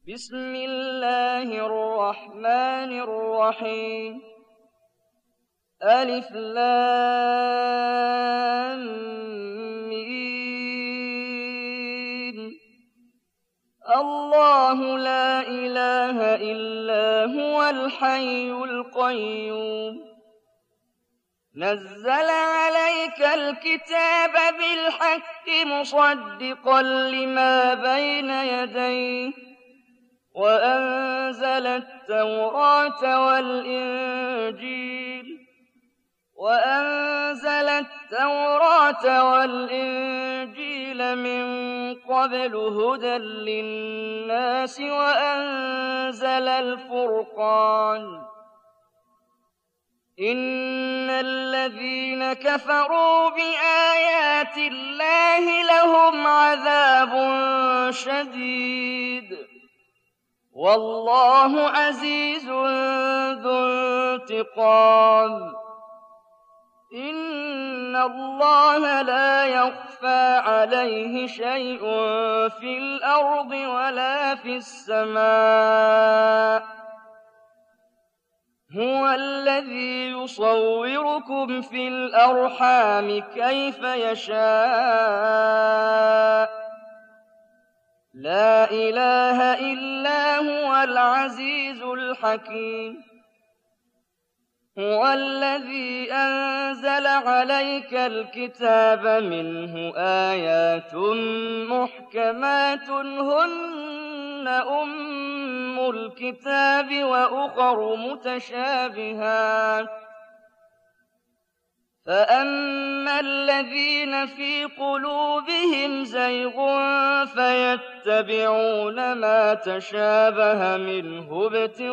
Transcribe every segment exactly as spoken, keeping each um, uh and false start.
بسم الله الرحمن الرحيم ألف لام ميم الله لا إله إلا هو الحي القيوم نزل عليك الكتاب بالحق مصدقا لما بين يديه وأنزل التوراة والإنجيل وأنزل التوراة والإنجيل من قبل هدى للناس وأنزل الفرقان إن الذين كفروا بآيات الله لهم عذاب شديد والله عزيز ذو انتقام إن الله لا يخفى عليه شيء في الأرض ولا في السماء هو الذي يصوركم في الأرحام كيف يشاء لا إله إلا هو العزيز الحكيم هو الذي أنزل عليك الكتاب منه آيات محكمات هن أم الكتاب وأخر متشابهات فأما الذين في قلوبهم زيغ فيتبعون ما تشابه منه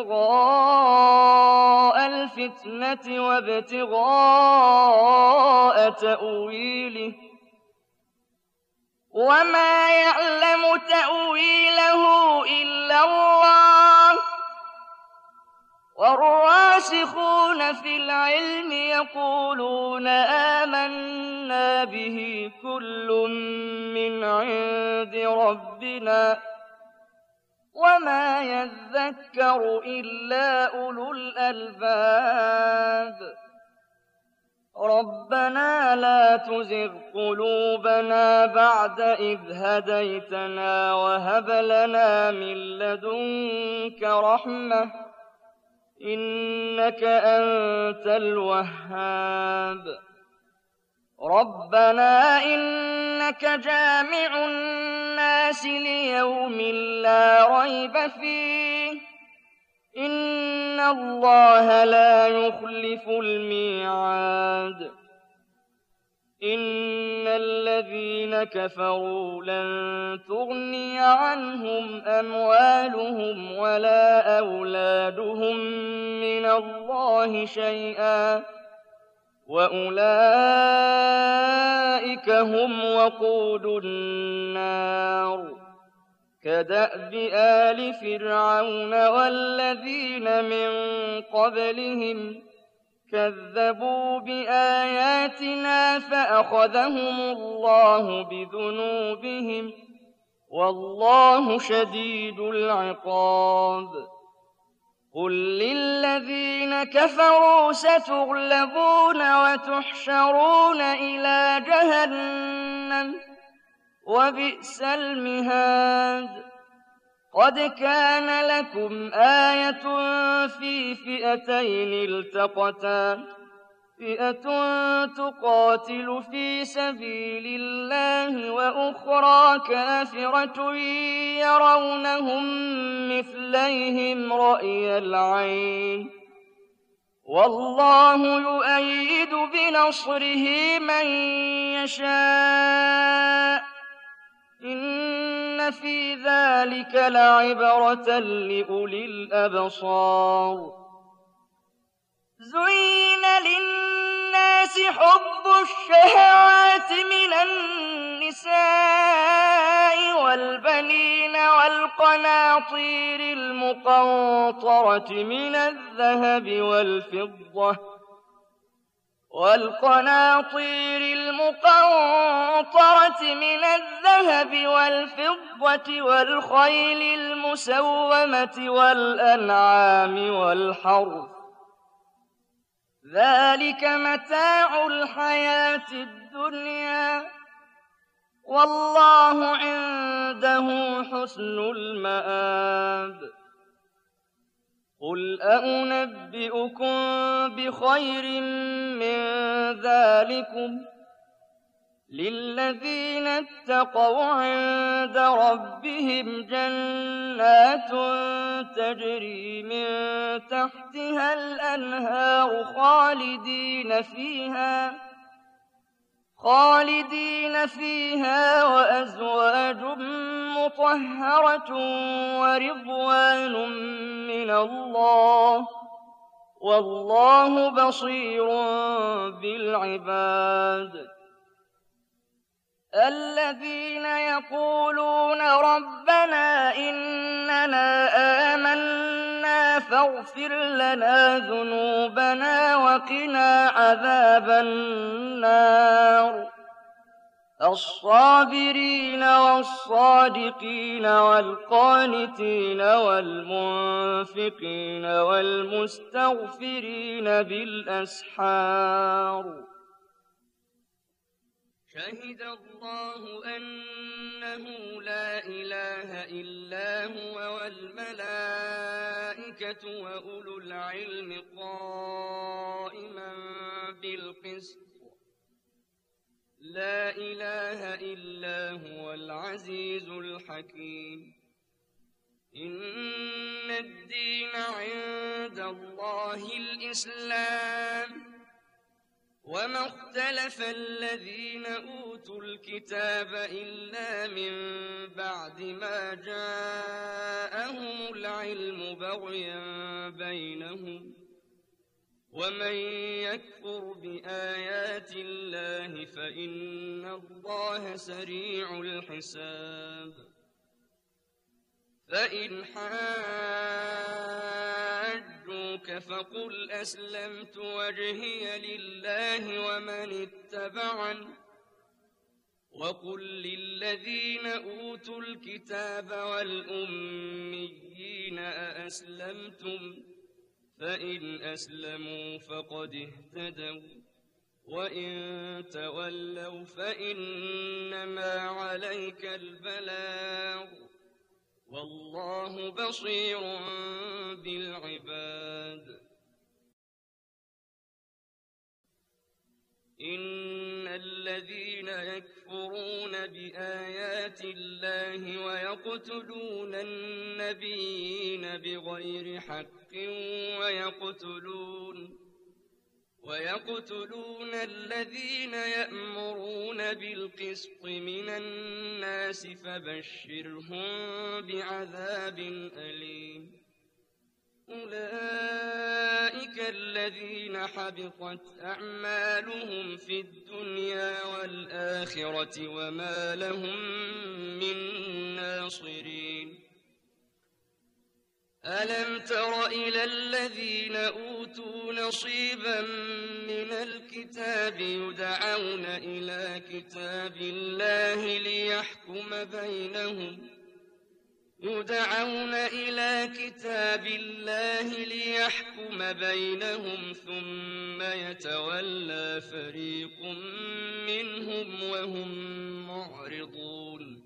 ابتغاء الفتنة وابتغاء تأويله وما يعلم تأويله إلا الله والراسخون في العلم يقولون آمنا به كل من عند ربنا وما يذكر إلا أولو الألباب ربنا لا تزغ قلوبنا بعد إذ هديتنا وهب لنا من لدنك رحمة إنك أنت الوهاب ربنا إنك جامع الناس ليوم لا ريب فيه إن الله لا يخلف الميعاد إن الذين كفروا لن تغني عنهم أموالهم ولا أولادهم من الله شيئا وأولئك هم وقود النار كدأب آل فرعون والذين من قبلهم كذبوا بآياتنا فأخذهم الله بذنوبهم والله شديد العقاب قل للذين كفروا ستغلبون وتحشرون إلى جهنم وبئس المهاد قد كان لكم آية في فئتين التقتا فئة تقاتل في سبيل الله وأخرى كافرة يرونهم مثليهم رأي العين والله يؤيد بنصره من يشاء إن في ذلك لعبرة لأولي الأبصار زين للناس حب الشهوات من النساء والبنين والقناطير المقنطرة من الذهب والفضة وَالْقَنَاطِيرِ الْمُقَنطَرَةِ مِنَ الذَّهَبِ وَالْفِضَّةِ وَالْخَيْلِ الْمُسَوَّمَةِ وَالْأَنْعَامِ وَالْحَرْثِ ۗ ذَٰلِكَ مَتَاعُ الْحَيَاةِ الدُّنْيَا ۖ وَاللَّهُ عِندَهُ حُسْنُ الْمَآبِ. قُلْ أَؤُنَبِّئُكُم بِخَيْرٍ مِّن ذَٰلِكُمْ ۚ لِلَّذِينَ اتَّقَوْا عِندَ رَبِّهِمْ جَنَّاتٌ تَجْرِي مِن تَحْتِهَا الْأَنْهَارُ خَالِدِينَ فِيهَا خالدين فيها وَأَزْوَاجٌ مُّطَهَّرَةٌ وَرِضْوَانٌ مِّنَ اللَّهِ ۗ وَاللَّهُ بَصِيرٌ بِالْعِبَادِ. الَّذِينَ يَقُولُونَ رَبَّنَا إِنَّنَا آمَنَّا فَاغْفِرْ لَنَا ذُنُوبَنَا وَقِنَا عَذَابَ النَّارِ. الصَّابِرِينَ وَالصَّادِقِينَ وَالْقَانِتِينَ وَالْمُنفِقِينَ وَالْمُسْتَغْفِرِينَ بِالْأَسْحَارِ. شَهِدَ اللَّهُ أَنَّهُ لَا إِلَٰهَ إِلَّا هُوَ وَالْمَلَائِكَةُ وَأُولُو الْعِلْمِ قَائِمًا بِالْقِسْطِ ۚ لَا إِلَٰهَ إِلَّا هُوَ الْعَزِيزُ الْحَكِيمُ. إِنَّ الدِّينَ عِندَ اللَّهِ الْإِسْلَامُ، وَمَا اخْتَلَفَ الَّذِينَ أُوتُوا الْكِتَابَ إِلَّا مِن بَعْدِ مَا جَاءَهُمُ الْعِلْمُ بَغْيًا بَيْنَهُمْ ۗ وَمَن يَكْفُرْ بِآيَاتِ اللَّهِ فَإِنَّ اللَّهَ سَرِيعُ الْحِسَابِ. فَإِنْ حَاجُّوكَ فَقُلْ أَسْلَمْتُ وَجْهِيَ لِلَّهِ وَمَنِ اتَّبَعَنِ ۗ وَقُل لِّلَّذِينَ أُوتُوا الْكِتَابَ وَالْأُمِّيِّينَ أَأَسْلَمْتُمْ ۚ فَإِنْ أَسْلَمُوا فَقَدِ اهْتَدَوا ۖ وَّإِن تَوَلَّوْا فَإِنَّمَا عَلَيْكَ الْبَلَاغُ ۗ وَاللَّهُ بَصِيرٌ بِالْعِبَادِ. إِنَّ الَّذِينَ يَكْفُرُونَ بِآيَاتِ اللَّهِ وَيَقْتُلُونَ النَّبِيِّينَ بِغَيْرِ حَقٍّ وَيَقْتُلُونَ وَيَقْتُلُونَ الَّذِينَ يَأْمُرُونَ بِالْقِسْطِ مِنَ النَّاسِ فَبَشِّرْهُم بِعَذَابٍ أَلِيمٍ. أُولَٰئِكَ الَّذِينَ حَبِطَتْ أَعْمَالُهُمْ فِي الدُّنْيَا وَالْآخِرَةِ وَمَا لَهُم مِّن نَّاصِرِينَ. أَلَمْ تَرَ إِلَى الَّذِينَ أُوتُوا نَصِيبًا مِّنَ الْكِتَابِ يُدْعَوْنَ إِلَىٰ كِتَابِ اللَّهِ لِيَحْكُمَ بَيْنَهُمْ يُدْعَوْنَ إِلَىٰ كِتَابِ اللَّهِ لِيَحْكُمَ بَيْنَهُمْ ثُمَّ يَتَوَلَّىٰ فَرِيقٌ مِّنْهُمْ وَهُم مُّعْرِضُونَ.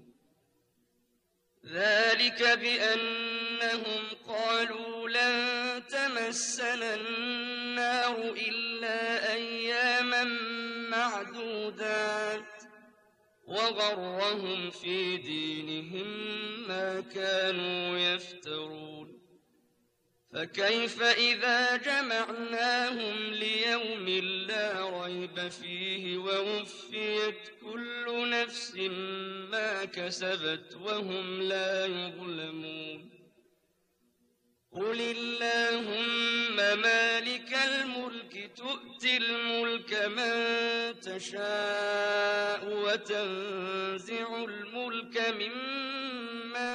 ذَٰلِكَ بِأَنَّهُمْ قَالُوا لَن تَمَسَّنَا النَّارُ إِلَّا أَيَّامًا مَّعْدُودَاتٍ ۖ وَغَرَّهُمْ فِي دِينِهِم مَّا كَانُوا يَفْتَرُونَ. فَكَيْفَ إِذَا جَمَعْنَاهُمْ لِيَوْمٍ لَّا رَيْبَ فِيهِ وَوُفِّيَتْ كُلُّ نَفْسٍ مَّا كَسَبَتْ وَهُمْ لَا يُظْلَمُونَ. قُلِ اللَّهُمَّ مَالِكَ الْمُلْكِ تُؤْتِي الْمُلْكَ مَن تَشَاءُ وَتَنزِعُ الْمُلْكَ مِمَّن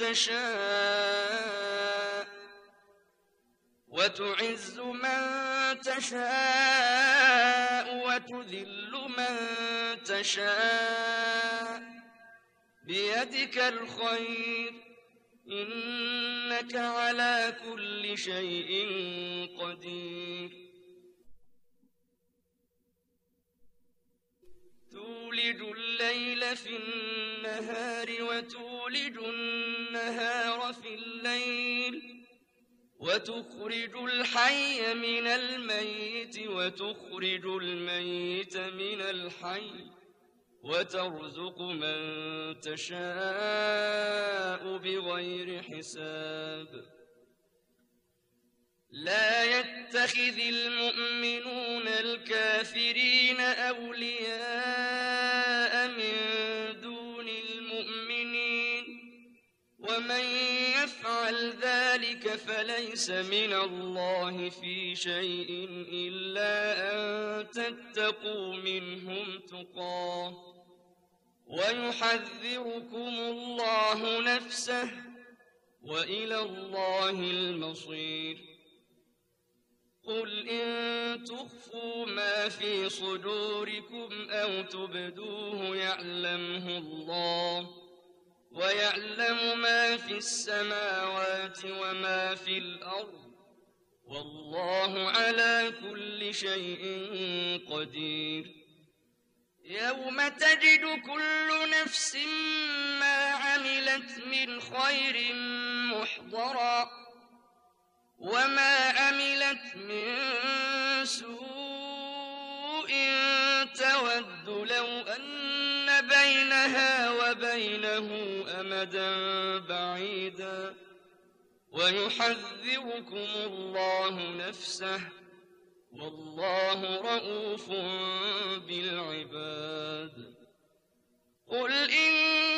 تَشَاءُ وَتُعِزُّ مَن تشاء وتذل من تشاء بيدك الخير إنك على كل شيء قدير تولج الليل في النهار وتولج النهار في الليل وتخرج الحي من الميت وتخرج الميت من الحي وترزق من تشاء بغير حساب لا يتخذ المؤمنون الكافرين أولياء من دون المؤمنين ومن يفعل ذلك فليس من الله في شيء إلا أن تتقوا منهم تقاه ويحذركم الله نفسه وإلى الله المصير قل إن تخفوا ما في صدوركم أو تبدوه يعلمه الله ويعلم ما في السماوات وما في الأرض والله على كل شيء قدير يوم تجد كل نفس ما عملت من خير محضرا وما عملت من سوء تود لو أن بينها وبينه أمدا بعيدا ويحذركم الله نفسه والله رءوف بالعباد قل إن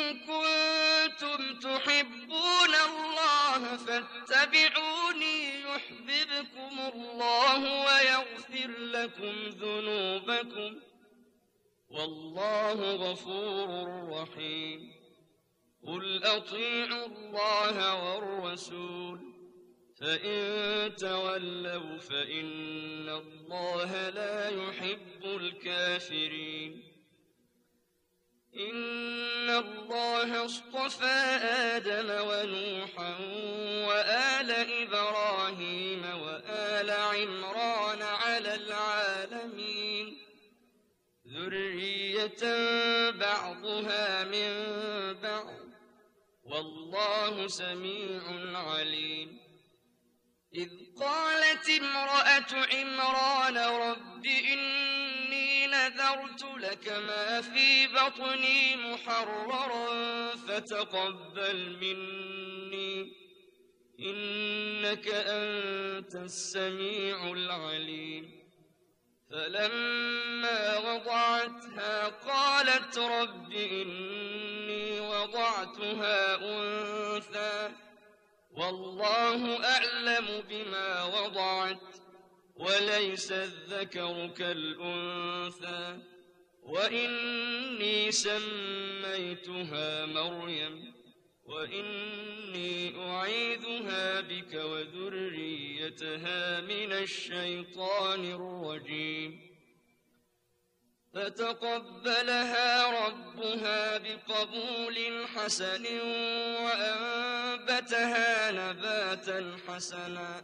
كنتم تحبون الله فاتبعوني يحببكم الله ويغفر لكم ذنوبكم والله غفور رحيم قل أطيعوا الله والرسول فإن تولوا فإن الله لا يحب الكافرين إن الله اصطفى آدم ونوحا وآل إبراهيم وآل عمران على العالمين ذرية بعضها من بعض والله سميع عليم إذ قالت امرأة عمران رب إني نذرت لك ما في بطني محررا فتقبل مني إنك أنت السميع العليم فلما وضعتها قالت رب إني وضعتها أنثى والله أعلم بما وضعت وليس الذكر كالأنثى وإني سميتها مريم وإني أعيذها بك وذريتها من الشيطان الرجيم فتقبلها ربها بقبول حسن وأنبتها نباتا حسنا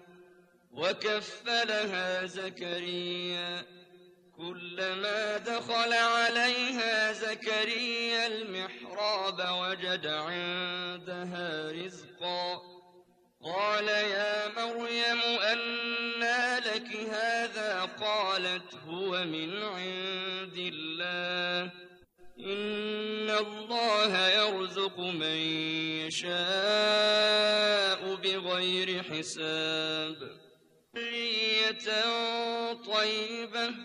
وكفلها زكريا كلما دخل عليها زكريا المحراب وجد عندها رزقا قال يا مريم أنى لك هذا قالت هو من عند الله إن الله يرزق من يشاء بغير حساب ذرية طيبة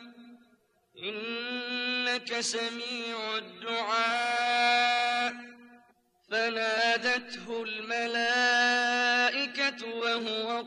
إنك سميع الدعاء فنادته الملائكة وهو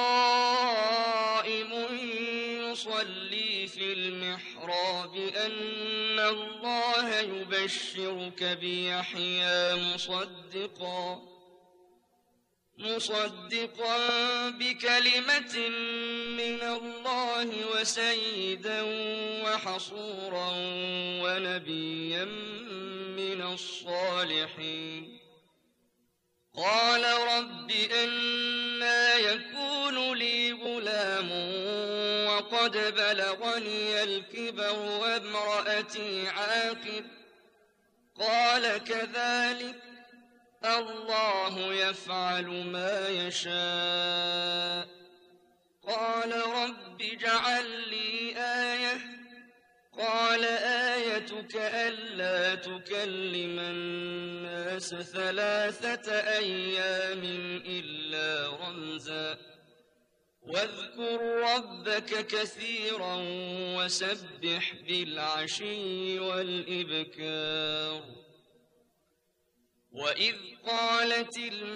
قائم يصلي في المحراب أن الله يبشرك بيحيى مصدقا مصدقا بكلمة من الله وسيدا وحصورا ونبيا من الصالحين. قال رب أنى يكون لي غلام وقد بلغني الكبر وامرأتي عاقر. قال كذلك الله يفعل ما يشاء. قال رب اجعل لي آية. قال آيتك ألا تكلم الناس ثلاثة أيام إلا رمزا واذكر ربك كثيرا وسبح بالعشي والإبكار. وإذ قالت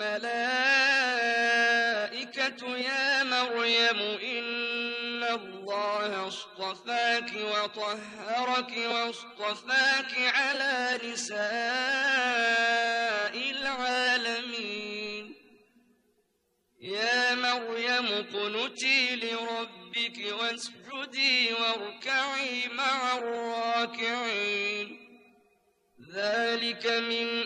الملائكة يا مريم إن الله اصطفاك وطهرك واصطفاك على نساء العالمين. يا مريم اقنتي لربك واسجدي واركعي مع الراكعين. ذلك من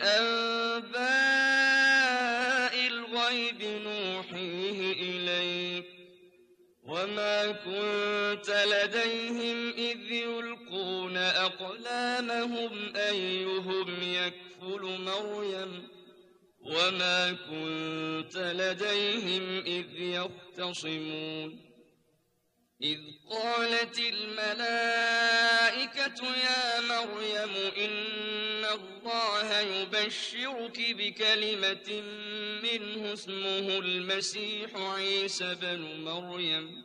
أنباء الغيب نوحيه إليك وما كنت لديهم إذ يلقون أقلامهم أيهم يكفل مريم وما كنت لديهم إذ يختصمون. إذ قالت الملائكة يا مريم إن الله يبشرك بكلمة منه اسمه المسيح عيسى بن مريم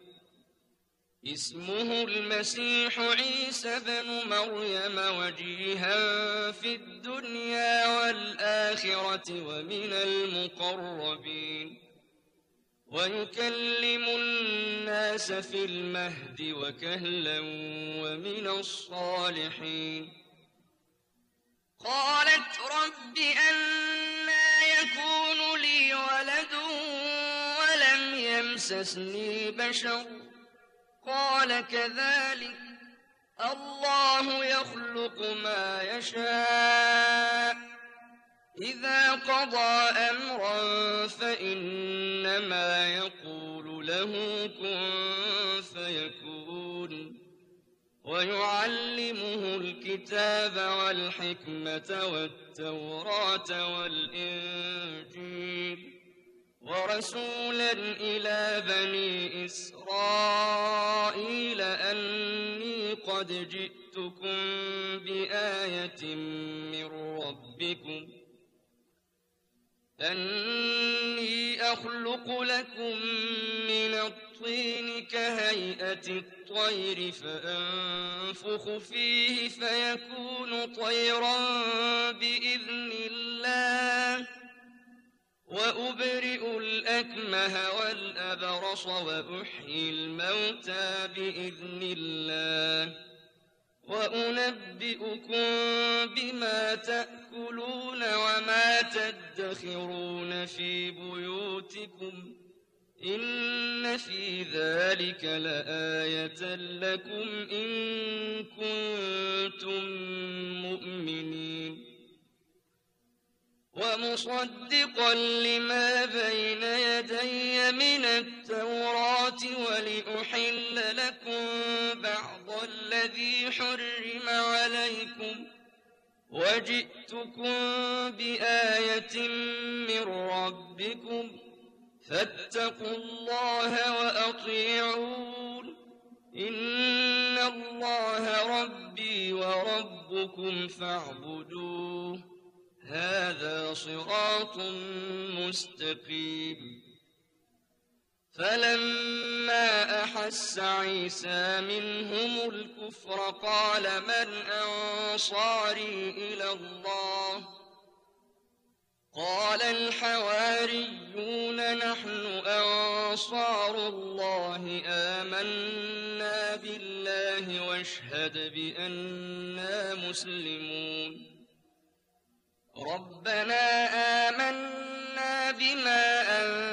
اسمه المسيح عيسى بن مريم وجيها في الدنيا والآخرة ومن المقربين ويكلم الناس في المهد وكهلا ومن الصالحين. قالت رب أنى يكون لي ولد ولم يمسسني بشر. قال كذلك الله يخلق ما يشاء إذا قضى أمرا فإنما يقول له كن فيكون. ويعلمه الكتاب والحكمة والتوراة والإنجيل ورسولا إلى بني إسرائيل أني قد جئتكم بآية من ربكم أني أخلق لكم من الطين كهيئة الطير فأنفخ فيه فيكون طيرا بإذن الله وأبرئ الأكمه والأبرص وأحيي الموتى بإذن الله وأنبئكم بما تأكلون وما تدخرون في بيوتكم إن في ذلك لآية لكم إن كنتم مؤمنين. ومصدقا لما بين يدي من التوراة ولأحل لكم بعض الذي حرم عليكم وجئتكم بآية من ربكم فاتقوا الله وأطيعون إن الله ربي وربكم فاعبدوه هذا صراط مستقيم. فلما أحس عيسى منهم الكفر قال من أنصاري إلى الله قال الحواريون نحن أنصار الله آمنا بالله واشهد بأننا مسلمون. ربنا آمنا بما أنزلت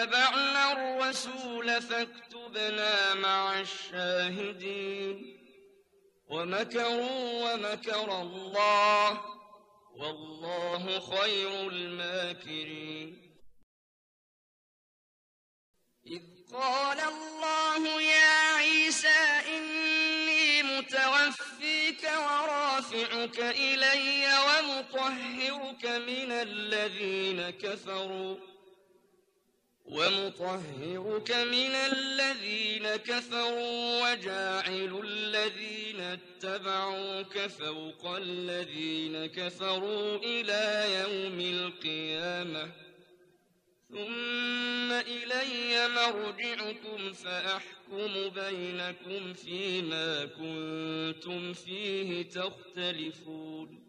اتبعنا الرسول فاكتبنا مع الشاهدين ومكروا ومكر الله والله خير الماكرين إذ قال الله يا عيسى إني متوفيك ورافعك إلي ومطهرك من الذين كفروا ومطهرك من الذين كفروا وجاعل الذين اتبعوك فوق الذين كفروا إلى يوم القيامة ثم إلي مرجعكم فأحكم بينكم فيما كنتم فيه تختلفون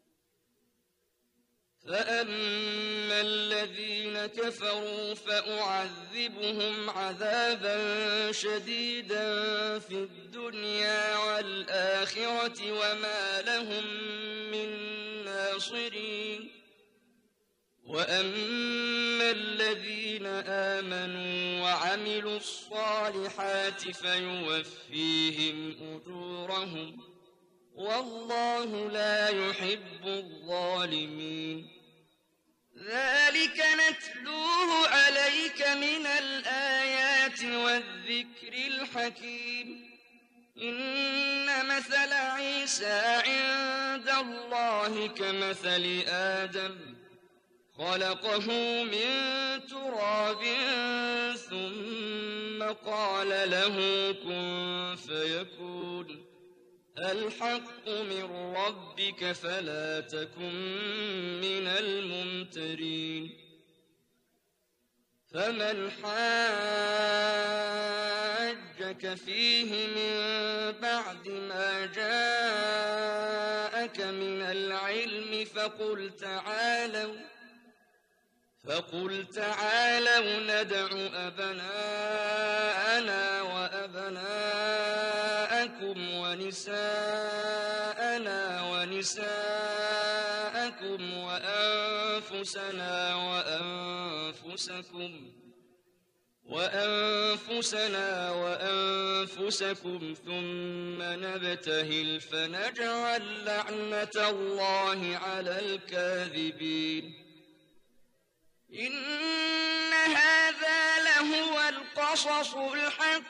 فأما الذين كفروا فأعذبهم عذابا شديدا في الدنيا والآخرة وما لهم من ناصرين وأما الذين آمنوا وعملوا الصالحات فيوفيهم أجورهم والله لا يحب الظالمين ذلك نتلوه عليك من الآيات والذكر الحكيم إن مثل عيسى عند الله كمثل آدم خلقه من تراب ثم قال له كن فيكون الحق من ربك فلا تكن من الممترين فمن حاجك فيه من بعد ما جاءك من العلم فقل تعالوا فقل تعالوا ندع أبناءنا وأبناءكم ونساءنا ونساءكم وأنفسنا وأنفسكم وأنفسنا وأنفسكم ثم نبتهل فنجعل لعنة الله على الكاذبين إن هذا لهو القصص الحق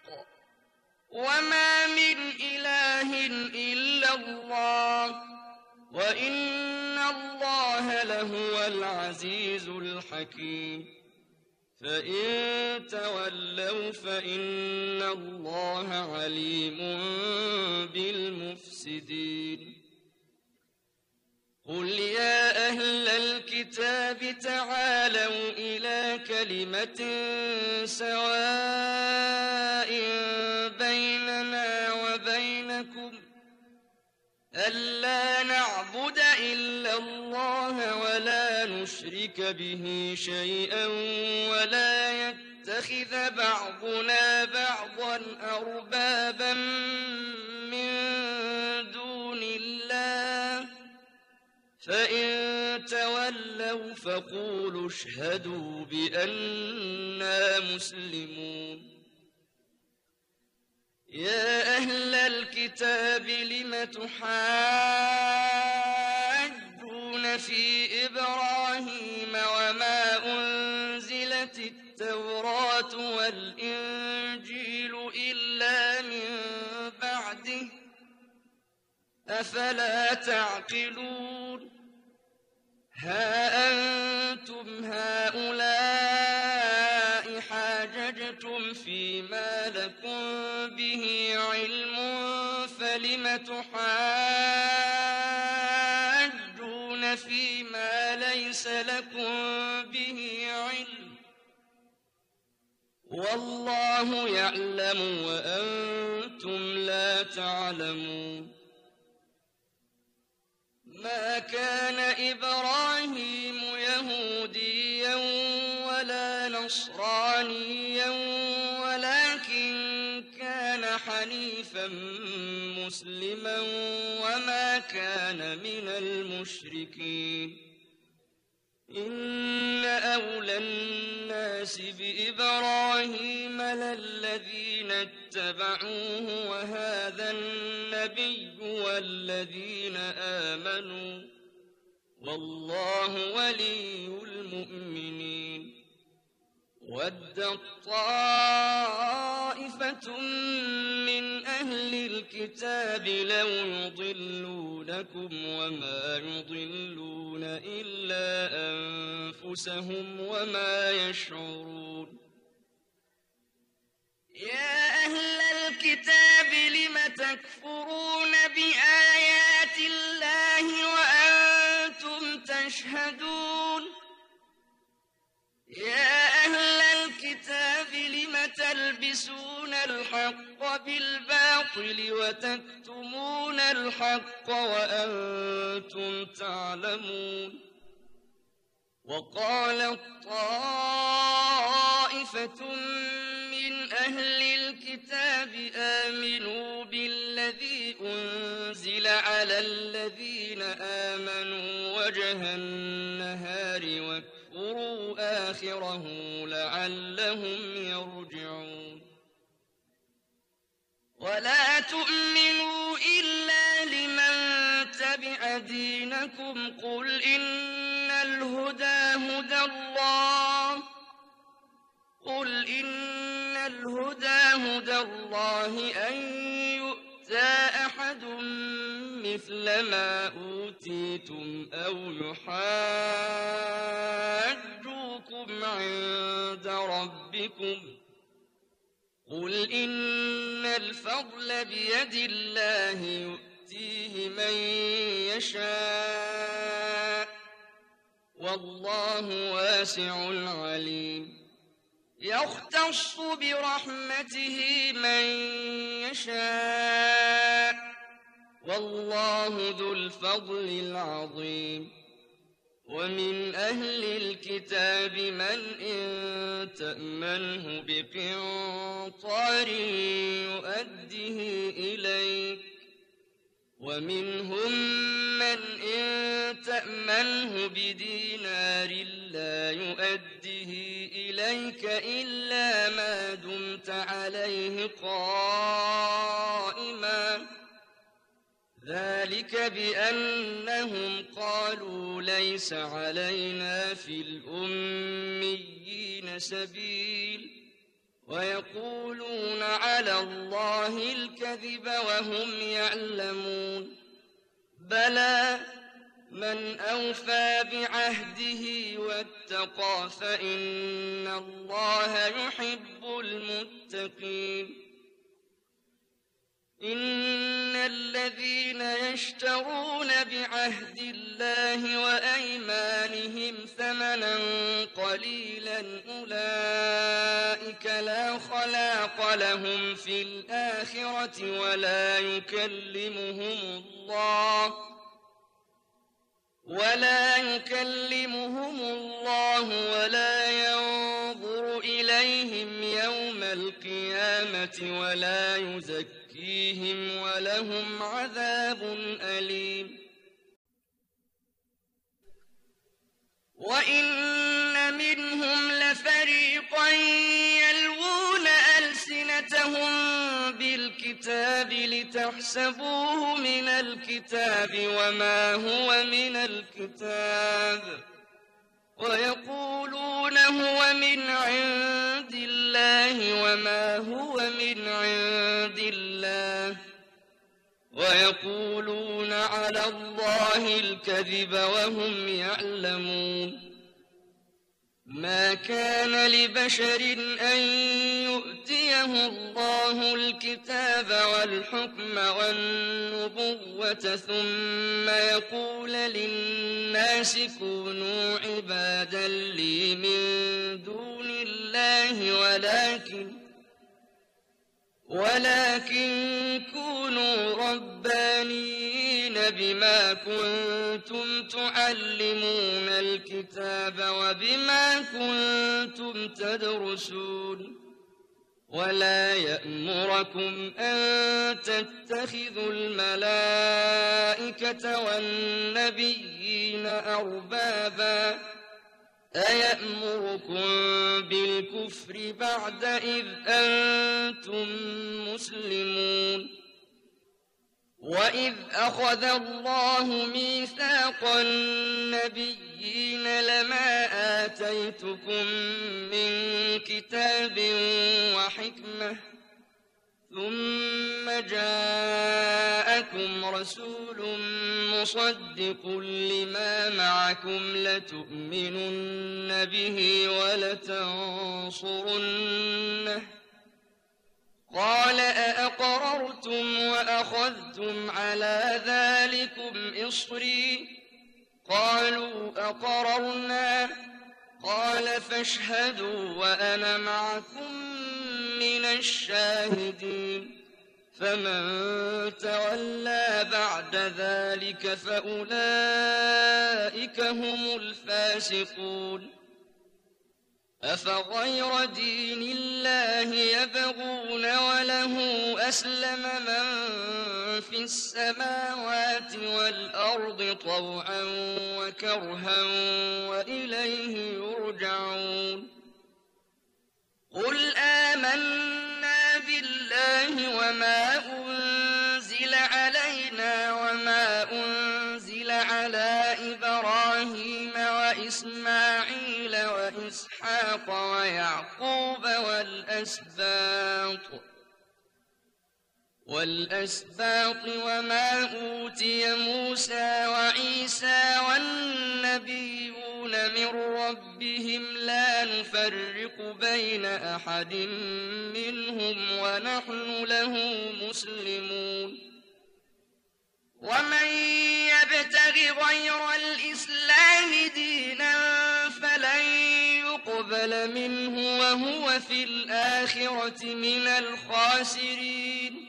وما من إله إلا الله وإن الله لهو العزيز الحكيم فإن تولوا فإن الله عليم بالمفسدين قل يا أهل الكتاب تعالوا إلى كلمة سواء بيننا وبينكم ألا نعبد إلا الله ولا نشرك به شيئا ولا يتخذ بعضنا بعضا أربابا من دون الله فإن تولوا فقولوا اشهدوا بأننا مسلمون يا أهل الكتاب لم تحاجون في إبراهيم وما أنزلت التوراة والإنجيل إلا من بعده أفلا تعقلون ها أنتم هؤلاء حاججتم فيما لكم به علم فلم تحاجون فيما ليس لكم به علم والله يعلم وأنتم لا تعلمون ما كان إبراهيم يهوديا ولا نصرانيا ولكن كان حنيفا مسلما وما كان من المشركين إن أولى الناس حاسب إبراهيم للذين اتبعوه وهذا النبي والذين آمنوا والله ولي المؤمنين. وَدَّت طَّائِفَةٌ مِّنْ أَهْلِ الْكِتَابِ لَوْ يُضِلُّونَكُمْ وَمَا يُضِلُّونَ إِلَّا أَنفُسَهُمْ وَمَا يَشْعُرُونَ. يَا أَهْلَ الْكِتَابِ لِمَ تَكْفُرُونَ بِآيَاتِ اللَّهِ وَأَنتُمْ تَشْهَدُونَ. يا أهل الكتاب لم تلبسون الحق بالباطل وتكتمون الحق وأنتم تعلمون. وقالت طائفة من أهل الكتاب آمنوا بالذي أنزل على الذين آمنوا وجه النهار واكفروا آخره لعلهم يرجعون. ولا تؤمنوا إلا لمن تبع دينكم قل إن الهدى هدى الله قل إن الهدى هدى الله أن يؤتى أحد مثل ما أوتيتم أو يحاجوكم عند ربكم قل إن الفضل بيد الله يؤتيه من يشاء والله واسع عليم. يختص برحمته من يشاء والله ذو الفضل العظيم. ومن أهل الكتاب من إن تأمنه بقنطار يؤده إليك ومنهم من إن تأمنه بدينار لا يؤده إليك إلا ما دمت عليه قائما ذلك بأنهم قالوا ليس علينا في الأميين سبيل ويقولون على الله الكذب وهم يعلمون. بلى من أوفى بعهده واتقى فإن الله يحب المتقين. إن الذين يشترون بعهد الله وأيمانهم ثمنا قليلا أولئك لا خلاق لهم في الآخرة ولا يكلمهم الله ولا يكلمهم الله ولا ينظر إليهم يوم القيامة ولا يزكيهم فيهم ولهم عذاب أليم. وإن منهم لفريقا يلوون ألسنتهم بالكتاب لتحسبوه من الكتاب وما هو من الكتاب ويقولون هو من عند الله وما هو من عند الله ويقولون على الله الكذب وهم يعلمون. ما كان لبشر أن يؤتيه الله الكتاب والحكم والنبوة ثم يقول للناس كونوا عبادا لي من دون الله ولكن ولكن كونوا ربانيين بما كنتم تعلمون الكتاب وبما كنتم تدرسون. ولا يأمركم أن تتخذوا الملائكة والنبيين أربابا أيأمركم بالكفر بعد إذ أنتم مسلمون وإذ أخذ الله ميثاق النبيين لما آتيتكم من كتاب وحكمة ثم جاءكم رسول مصدق لما معكم لتؤمنن به ولتنصرنه قال أأقررتم وأخذتم على ذلكم إصري قالوا أقررنا قال فاشهدوا وأنا معكم من الشاهدين فمن تولى بعد ذلك فأولئك هم الفاسقون أفغير دين الله يبغون وله أسلم من في السماوات والأرض طوعا وكرها وإليه يرجعون قل آمنا بالله وما أنزل علينا وما أنزل على إبراهيم وإسماعيل وإسحاق ويعقوب والأسباط والأسباط وما أوتي موسى وعيسى والنبيون من ربهم لا نفرق بين أحد منهم ونحن له مسلمون ومن يبتغ غير الإسلام دينا فلن يقبل منه وهو في الآخرة من الخاسرين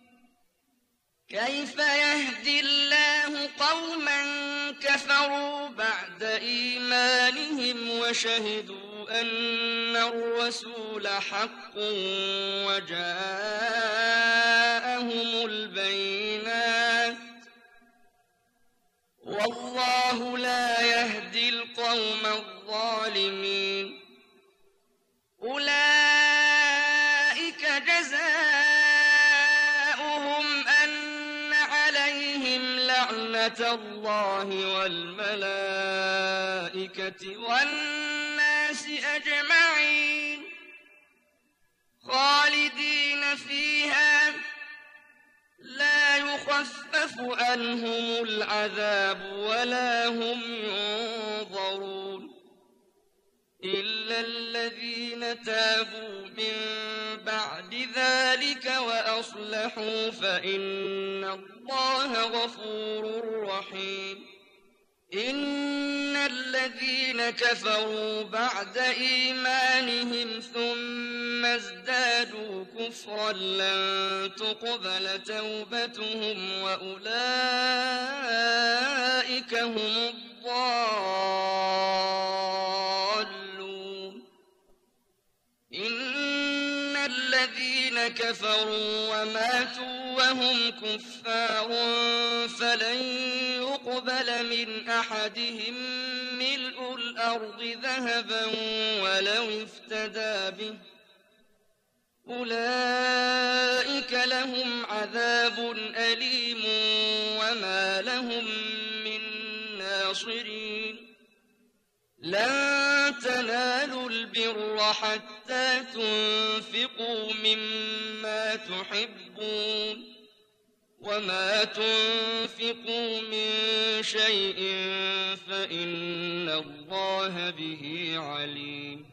كيف يهدي الله قوما كفروا بعد إيمانهم وشهدوا أن الرسول حق وجاءهم البينات والله لا يهدي القوم الظالمين أولئك جزاؤهم أن عليهم لعنة الله والملائكة والناس أجمعين خالدين فيها لا يخفف عنهم العذاب ولا هم ينظرون إلا الذين تابوا من بعد ذلك وأصلحوا فإن الله غفور رحيم إن الذين كفروا بعد إيمانهم ثم ازدادوا كفرا لن تقبل توبتهم وأولئك هم الضالون إن الذين كفروا وماتوا وهم كفار فلن يقبل من أحدهم ملء الأرض ذهبا ولو افتدى به أولئك لهم عذاب أليم وما لهم من ناصرين لن تنالوا البر حتى تنفقوا مما تحبون وما تنفقوا من شيء فإن الله به عليم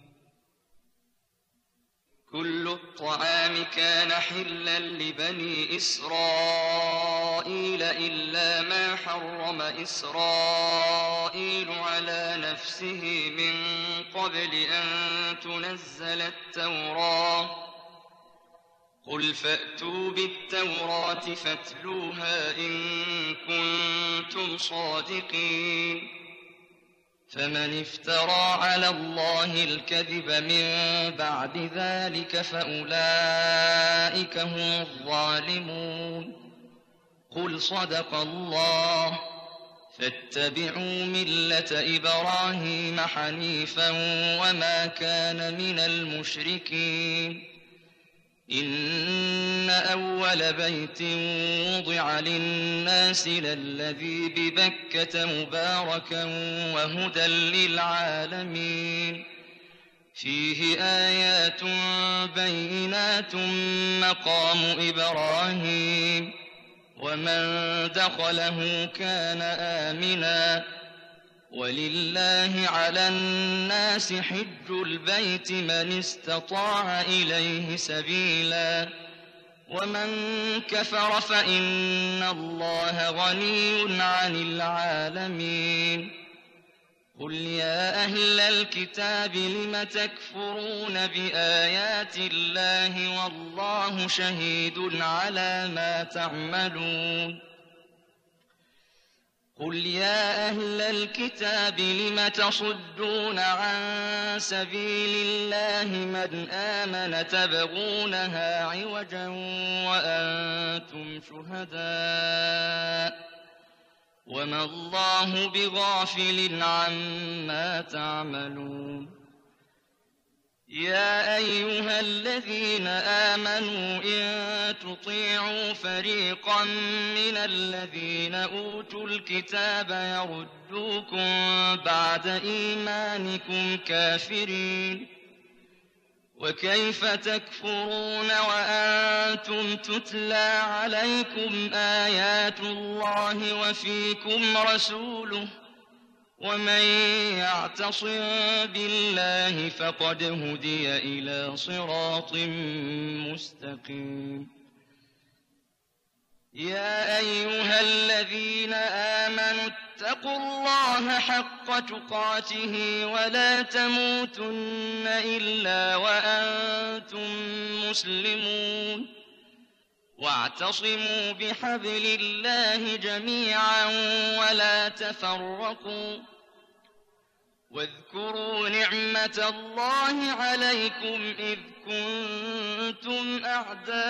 كل الطعام كان حلا لبني إسرائيل إلا ما حرم إسرائيل على نفسه من قبل أن تنزل التوراة قل فأتوا بالتوراة فاتلوها إن كنتم صادقين فمن افترى على الله الكذب من بعد ذلك فأولئك هم الظالمون قل صدق الله فاتبعوا ملة إبراهيم حنيفا وما كان من المشركين إن أول بيت وضع للناس للذي ببكة مباركا وهدى للعالمين فيه آيات بينات مقام إبراهيم ومن دخله كان آمنا ولله على الناس حج البيت من استطاع إليه سبيلا ومن كفر فإن الله غني عن العالمين قل يا أهل الكتاب لم تكفرون بآيات الله والله شهيد على ما تعملون قل يا أهل الكتاب لم تصدون عن سبيل الله من آمن تبغونها عوجا وأنتم شهداء وما الله بغافل عما تعملون يا أيها الذين آمنوا إن تطيعوا فريقا من الذين أوتوا الكتاب يردوكم بعد إيمانكم كافرين وكيف تكفرون وأنتم تتلى عليكم آيات الله وفيكم رسوله ومن يعتصم بالله فقد هدي إلى صراط مستقيم يا أيها الذين آمنوا اتقوا الله حق تقاته ولا تموتن إلا وأنتم مسلمون واعتصموا بحبل الله جميعا ولا تفرقوا واذكروا نعمة الله عليكم إذ كنتم أعداء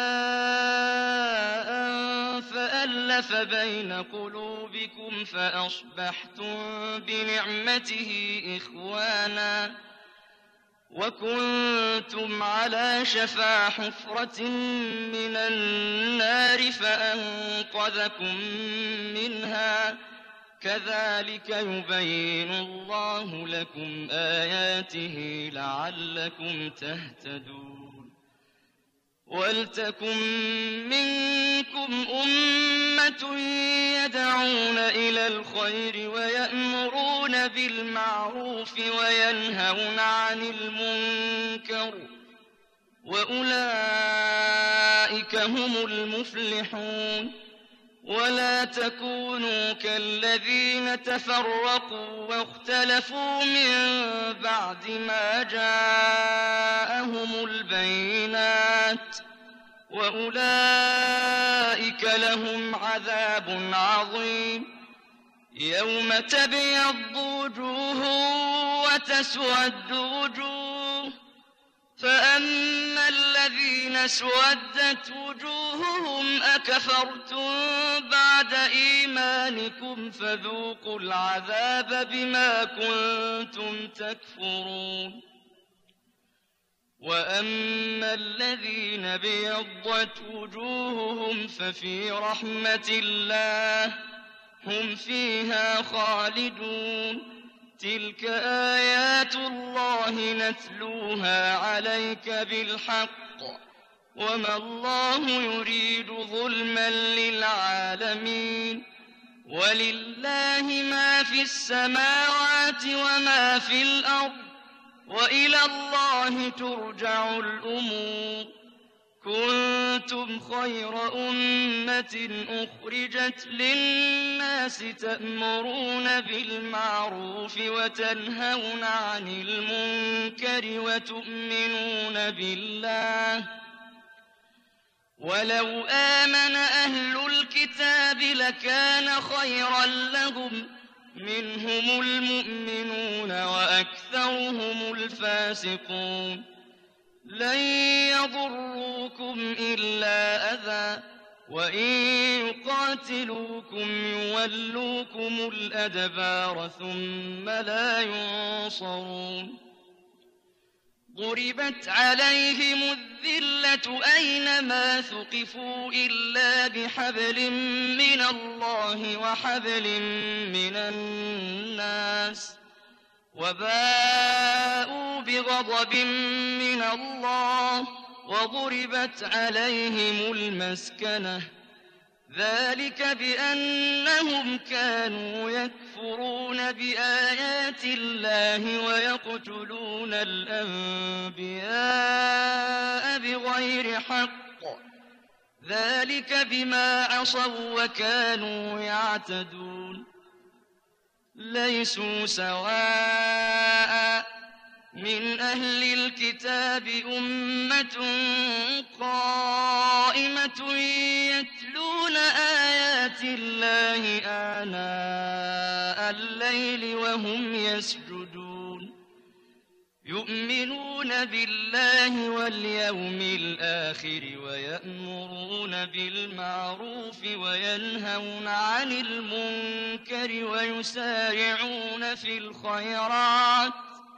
فألف بين قلوبكم فأصبحتم بنعمته إخوانا وكنتم على شفا حفرة من النار فأنقذكم منها كذلك يبين الله لكم آياته لعلكم تهتدون ولتكن منكم أمة يدعون إلى الخير ويأمرون بالمعروف وينهون عن المنكر وأولئك هم المفلحون ولا تكونوا كالذين تفرقوا واختلفوا من بعد ما جاءهم البينات وأولئك لهم عذاب عظيم يوم تبيض وجوه وتسود وجوه فأما الذين اسودت وجوههم أكفرتم بعد إيمانكم فذوقوا العذاب بما كنتم تكفرون وأما الذين ابيضت وجوههم ففي رحمة الله هم فيها خالدون تلك آيات الله نتلوها عليك بالحق وما الله يريد ظلما للعالمين ولله ما في السماوات وما في الأرض وإلى الله ترجع الأمور كنتم خير أمة أخرجت للناس تأمرون بالمعروف وتنهون عن المنكر وتؤمنون بالله ولو آمن أهل الكتاب لكان خيرا لهم منهم المؤمنون وأكثرهم الفاسقون لن يضروكم إلا أذى وإن يقاتلوكم يولوكم الأدبار ثم لا ينصرون ضربت عليهم الذلة أينما ثقفوا إلا بحبل من الله وحبل من الناس وباءوا بغضب من الله وضربت عليهم المسكنة ذلك بأنهم كانوا يكفرون بآيات الله ويقتلون الأنبياء بغير حق ذلك بما عصوا وكانوا يعتدون ليسوا سواء من أهل الكتاب أمة قائمة يتلون آيات الله آناء الليل وهم يسجدون يؤمنون بالله واليوم الآخر ويأمرون بالمعروف وينهون عن المنكر ويسارعون في الخيرات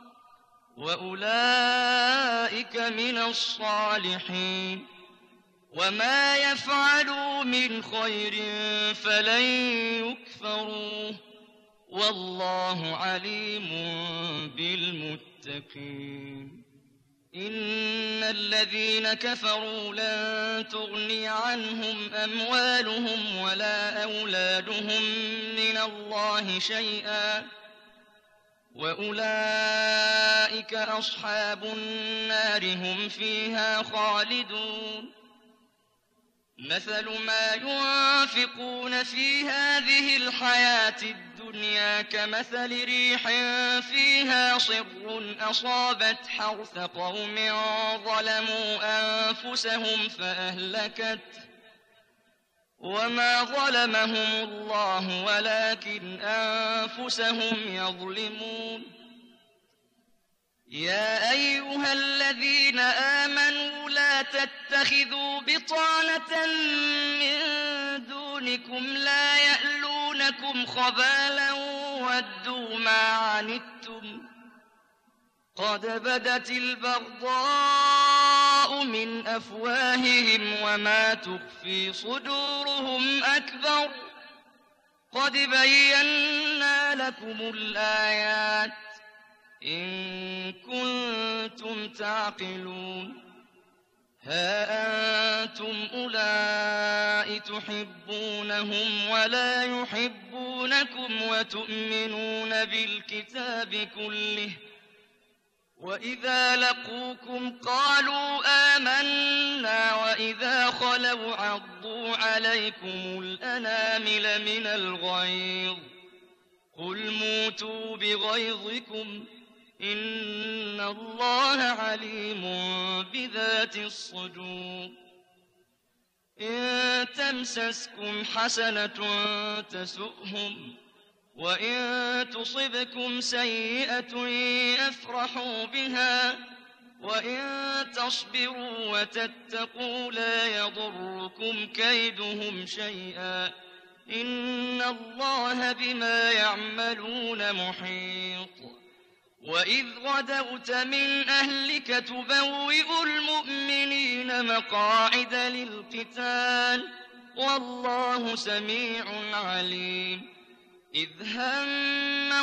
وأولئك من الصالحين وما يفعلوا من خير فلن يكفروه والله عليم بالمتقين إن الذين كفروا لن تغني عنهم أموالهم ولا أولادهم من الله شيئا وأولئك أصحاب النار هم فيها خالدون مثل ما ينفقون في هذه الحياة الدنيا كمثل ريح فيها صر أصابت حرث قوم ظلموا أنفسهم فأهلكته وما ظلمهم الله ولكن أنفسهم يظلمون يا أيها الذين آمنوا لا تتخذوا بطانة من دونكم لا يألونكم خبالا ودوا ما عنتم قد بدت البغضاء من أفواههم وما تخفي صدورهم أكبر قد بينا لكم الآيات إن كنتم تعقلون ها أنتم أولئك تحبونهم ولا يحبونكم وتؤمنون بالكتاب كله وإذا لقوكم قالوا آمنا وإذا خلوا عضوا عليكم الأنامل من الغيظ قل موتوا بغيظكم إن الله عليم بذات الصدور إن تمسسكم حسنة تسؤهم وإن تصبكم سيئة يفرحوا بها وإن تصبروا وتتقوا لا يضركم كيدهم شيئا إن الله بما يعملون محيط وإذ غدوت من أهلك تبوئ المؤمنين مقاعد للقتال والله سميع عليم إذ هم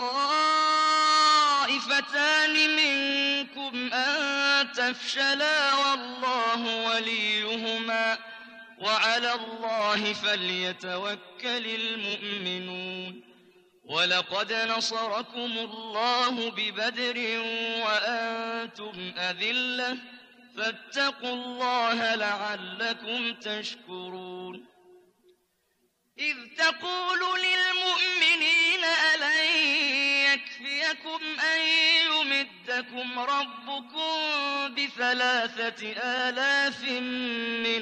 الطائفتان منكم أن تفشلا والله وليهما وعلى الله فليتوكل المؤمنون ولقد نصركم الله ببدر وأنتم أذلة فاتقوا الله لعلكم تشكرون إذ تقول للمؤمنين ألن يكفيكم أن يمدكم ربكم بثلاثة آلاف من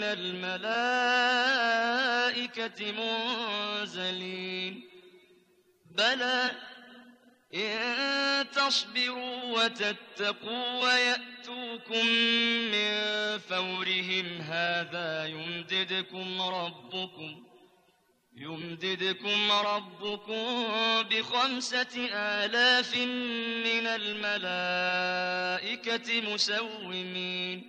الملائكة منزلين بلى إن تصبروا وتتقوا ويأتوكم من فورهم هذا يمددكم ربكم يمددكم ربكم بخمسة آلاف من الملائكة مسومين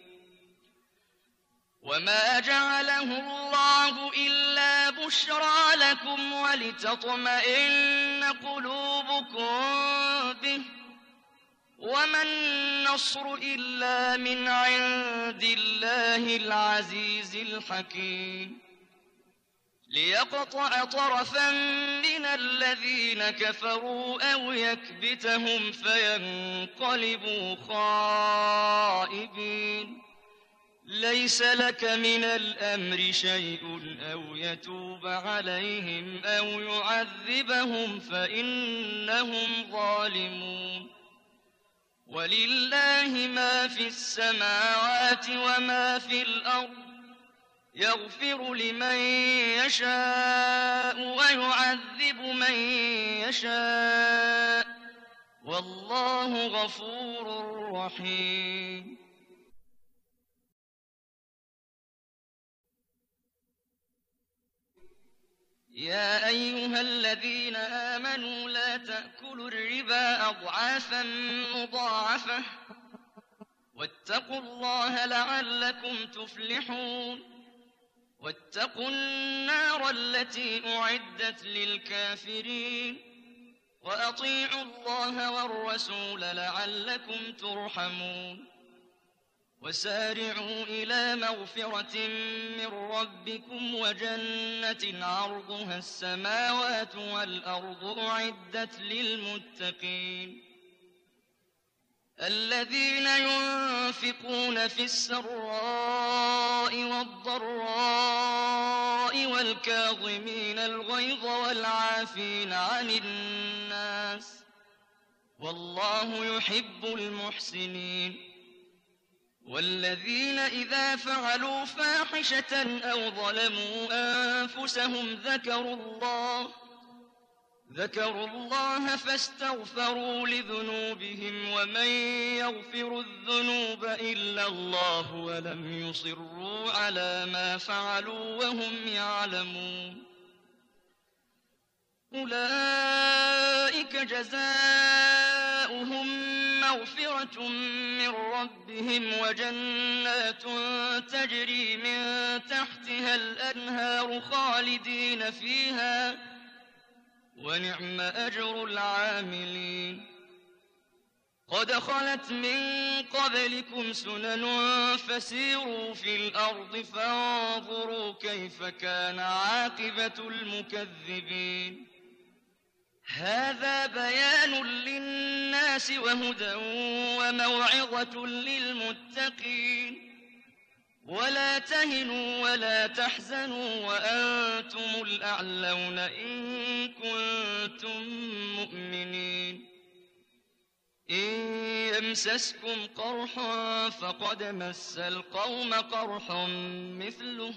وما جعله الله إلا بشرى لكم ولتطمئن قلوبكم به وما النصر إلا من عند الله العزيز الحكيم ليقطع طرفا من الذين كفروا أو يكبتهم فينقلبوا خائبين ليس لك من الأمر شيء أو يتوب عليهم أو يعذبهم فإنهم ظالمون ولله ما في السماوات وما في الأرض يغفر لمن يشاء ويعذب من يشاء والله غفور رحيم يا أيها الذين آمنوا لا تأكلوا الربا أضعافا مضاعفة واتقوا الله لعلكم تفلحون واتقوا النار التي أعدت للكافرين وأطيعوا الله والرسول لعلكم ترحمون وسارعوا إلى مغفرة من ربكم وجنة عرضها السماوات والأرض أعدت للمتقين الذين ينفقون في السراء والضراء والكاظمين الغيظ والعافين عن الناس والله يحب المحسنين والذين إذا فعلوا فاحشة أو ظلموا أنفسهم ذكروا الله ذكروا الله فاستغفروا لذنوبهم ومن يغفر الذنوب إلا الله ولم يصروا على ما فعلوا وهم يعلمون أولئك جزاؤهم مغفرة من ربهم وجنات تجري من تحتها الأنهار خالدين فيها ونعم أجر العاملين قد خلت من قبلكم سنن فسيروا في الأرض فانظروا كيف كان عاقبة المكذبين هذا بيان للناس وهدى وموعظة للمتقين ولا تهنوا ولا تحزنوا وأنتم الأعلون إن كنتم مؤمنين إن يمسسكم قرح فقد مس القوم قرح مثله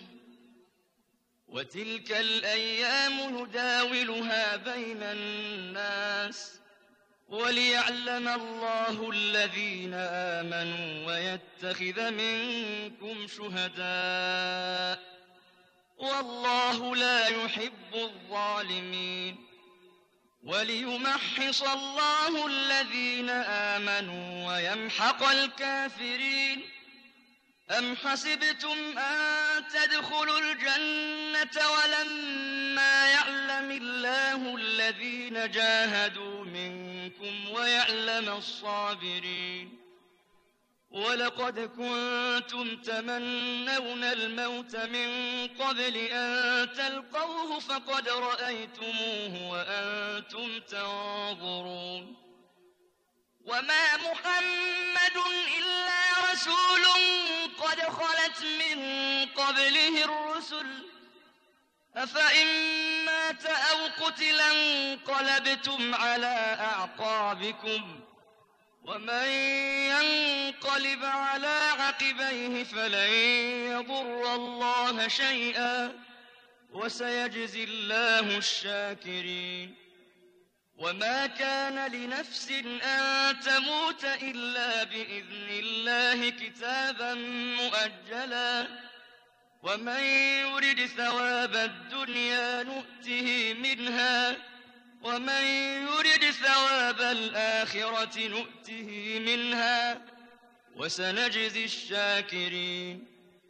وتلك الأيام نداولها بين الناس وليعلم الله الذين آمنوا ويتخذ منكم شهداء والله لا يحب الظالمين وليمحص الله الذين آمنوا ويمحق الكافرين أم حسبتم أن تدخلوا الجنة ولما يعلم الله الذين جاهدوا منكم ويعلم الصابرين ولقد كنتم تمنون الموت من قبل أن تلقوه فقد رأيتموه وأنتم تنظرون وما محمد إلا رسول قد خلت من قبله الرسل أفإن مات أو قتلا انقلبتم على أعقابكم ومن ينقلب على عقبيه فلن يضر الله شيئا وسيجزي الله الشاكرين وما كان لنفس أن تموت إلا بإذن الله كتابا مؤجلا ومن يرد ثواب الدنيا نؤته منها ومن يرد ثواب الآخرة نؤته منها وسنجزي الشاكرين.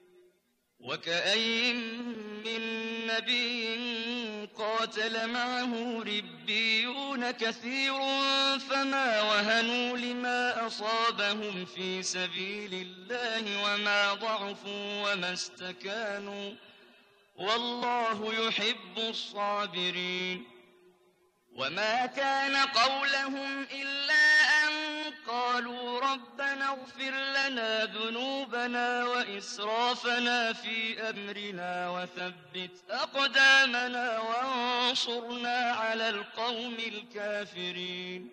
وكأين من نبي قاتل معه ربيون كثير فما وهنوا لما أصابهم في سبيل الله وما ضعفوا وما استكانوا والله يحب الصابرين. وما كان قولهم إلا أن قالوا ربنا اغفر لنا ذنوبنا وإسرافنا في أمرنا وثبت أقدامنا وانصرنا على القوم الكافرين.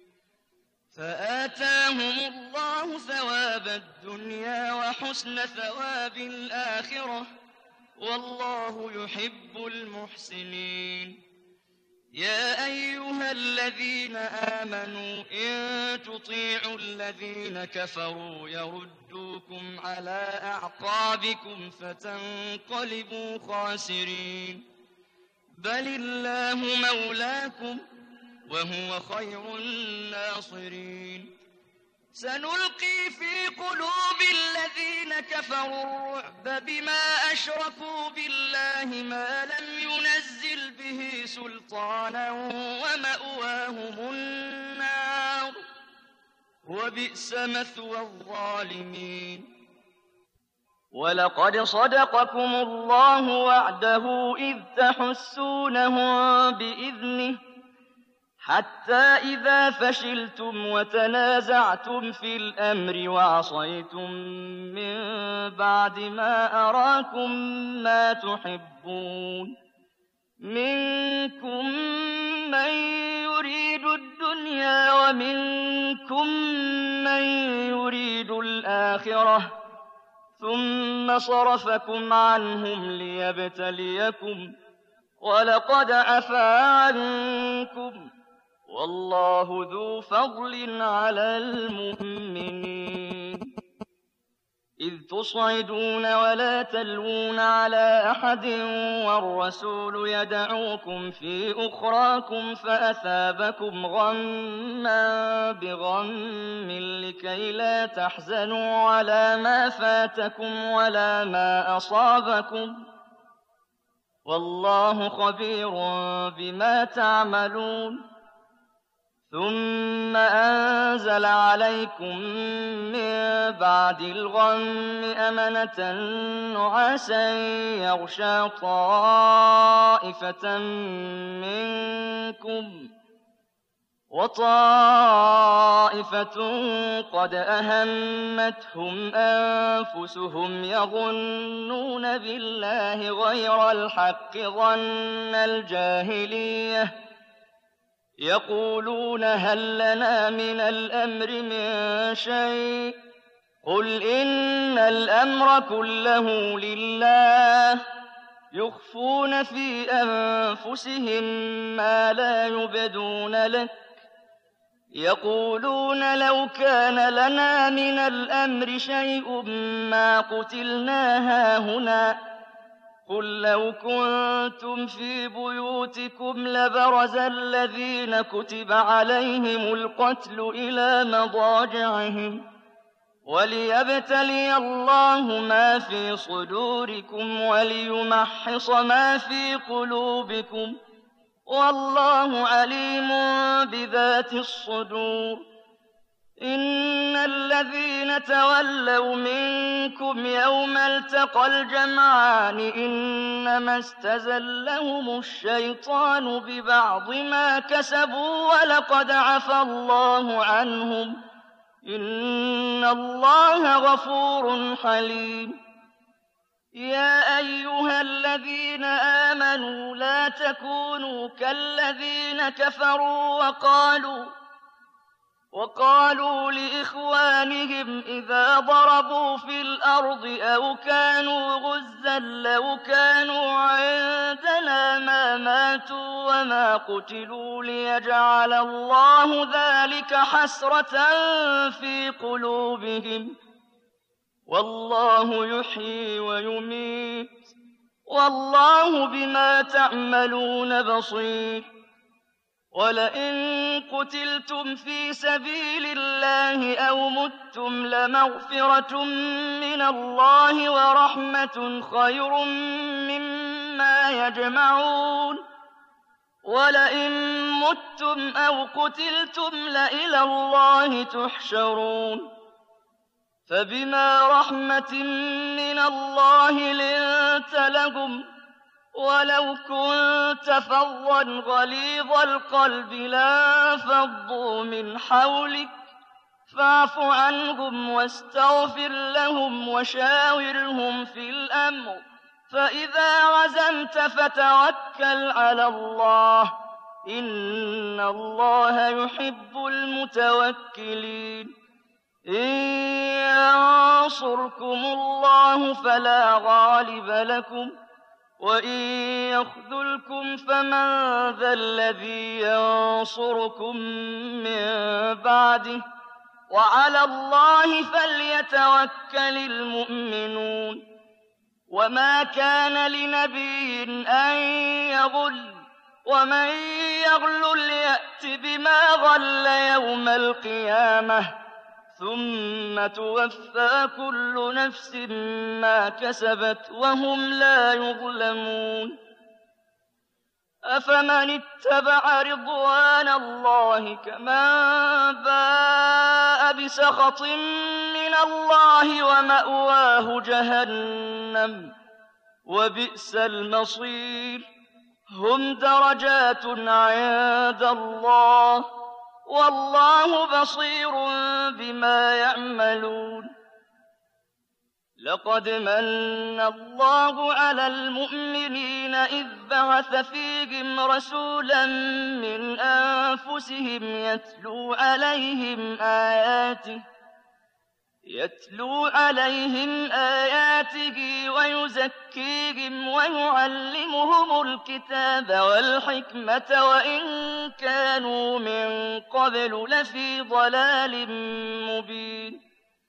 فآتاهم الله ثواب الدنيا وحسن ثواب الآخرة والله يحب المحسنين. يا أيها الذين آمنوا إن تطيعوا الذين كفروا يردوكم على أعقابكم فتنقلبوا خاسرين. بل الله مولاكم وهو خير الناصرين. سنلقي في قلوب الذين كفروا الرعب بما أشركوا بالله ما لم ينزل به سلطانا ومأواهم النار وبئس مثوى الظالمين. ولقد صدقكم الله وعده إذ تحسونهم بإذنه حتى إذا فشلتم وتنازعتم في الأمر وعصيتم من بعد ما أراكم ما تحبون منكم من يريد الدنيا ومنكم من يريد الآخرة ثم صرفكم عنهم ليبتليكم ولقد عفا عنكم والله ذو فضل على المؤمنين. إذ تصعدون ولا تلوون على أحد والرسول يدعوكم في أخراكم فأثابكم غما بغم لكي لا تحزنوا على ما فاتكم ولا ما أصابكم والله خبير بما تعملون. ثم أنزل عليكم من بعد الغم أمنة نعاسا يغشى طائفة منكم وطائفة قد أهمتهم أنفسهم يظنون بالله غير الحق ظن الجاهلية يقولون هل لنا من الأمر من شيء قل إن الأمر كله لله يخفون في أنفسهم ما لا يبدون لك يقولون لو كان لنا من الأمر شيء ما قتلنا هاهنا قل لو كنتم في بيوتكم لبرز الذين كتب عليهم القتل إلى مضاجعهم وليبتلي الله ما في صدوركم وليمحص ما في قلوبكم والله عليم بذات الصدور. إن الذين تولوا منكم يوم التقى الجمعان إنما استزلهم الشيطان ببعض ما كسبوا ولقد عفا الله عنهم إن الله غفور حليم. يا أيها الذين آمنوا لا تكونوا كالذين كفروا وقالوا وقالوا لإخوانهم إذا ضربوا في الأرض أو كانوا غزا لو كانوا عندنا ما ماتوا وما قتلوا ليجعل الله ذلك حسرة في قلوبهم والله يحيي ويميت والله بما تعملون بصير ولئن قتلتم في سبيل الله أو متم لمغفرة من الله ورحمة خير مما يجمعون ولئن متم أو قتلتم لإلى الله تحشرون فبما رحمة من الله لنت لهم ولو كنت فظا غليظ القلب لانفضوا من حولك فاعف عنهم واستغفر لهم وشاورهم في الأمر فإذا عزمت فتوكل على الله إن الله يحب المتوكلين إن ينصركم الله فلا غالب لكم وإن يخذلكم فمن ذا الذي ينصركم من بعده وعلى الله فليتوكل المؤمنون وما كان لنبي أن يغل ومن يغل يأت بما غل يوم القيامة ثم توفى كل نفس ما كسبت وهم لا يظلمون أفمن اتبع رضوان الله كمن باء بسخط من الله ومأواه جهنم وبئس المصير هم درجات عند الله والله بصير بما يعملون لقد من الله على المؤمنين إذ بعث فيهم رسولا من أنفسهم يتلو عليهم آياته يتلو عليهم آياته ويزكيهم ويعلمهم الكتاب والحكمة وإن كانوا من قبل لفي ضلال مبين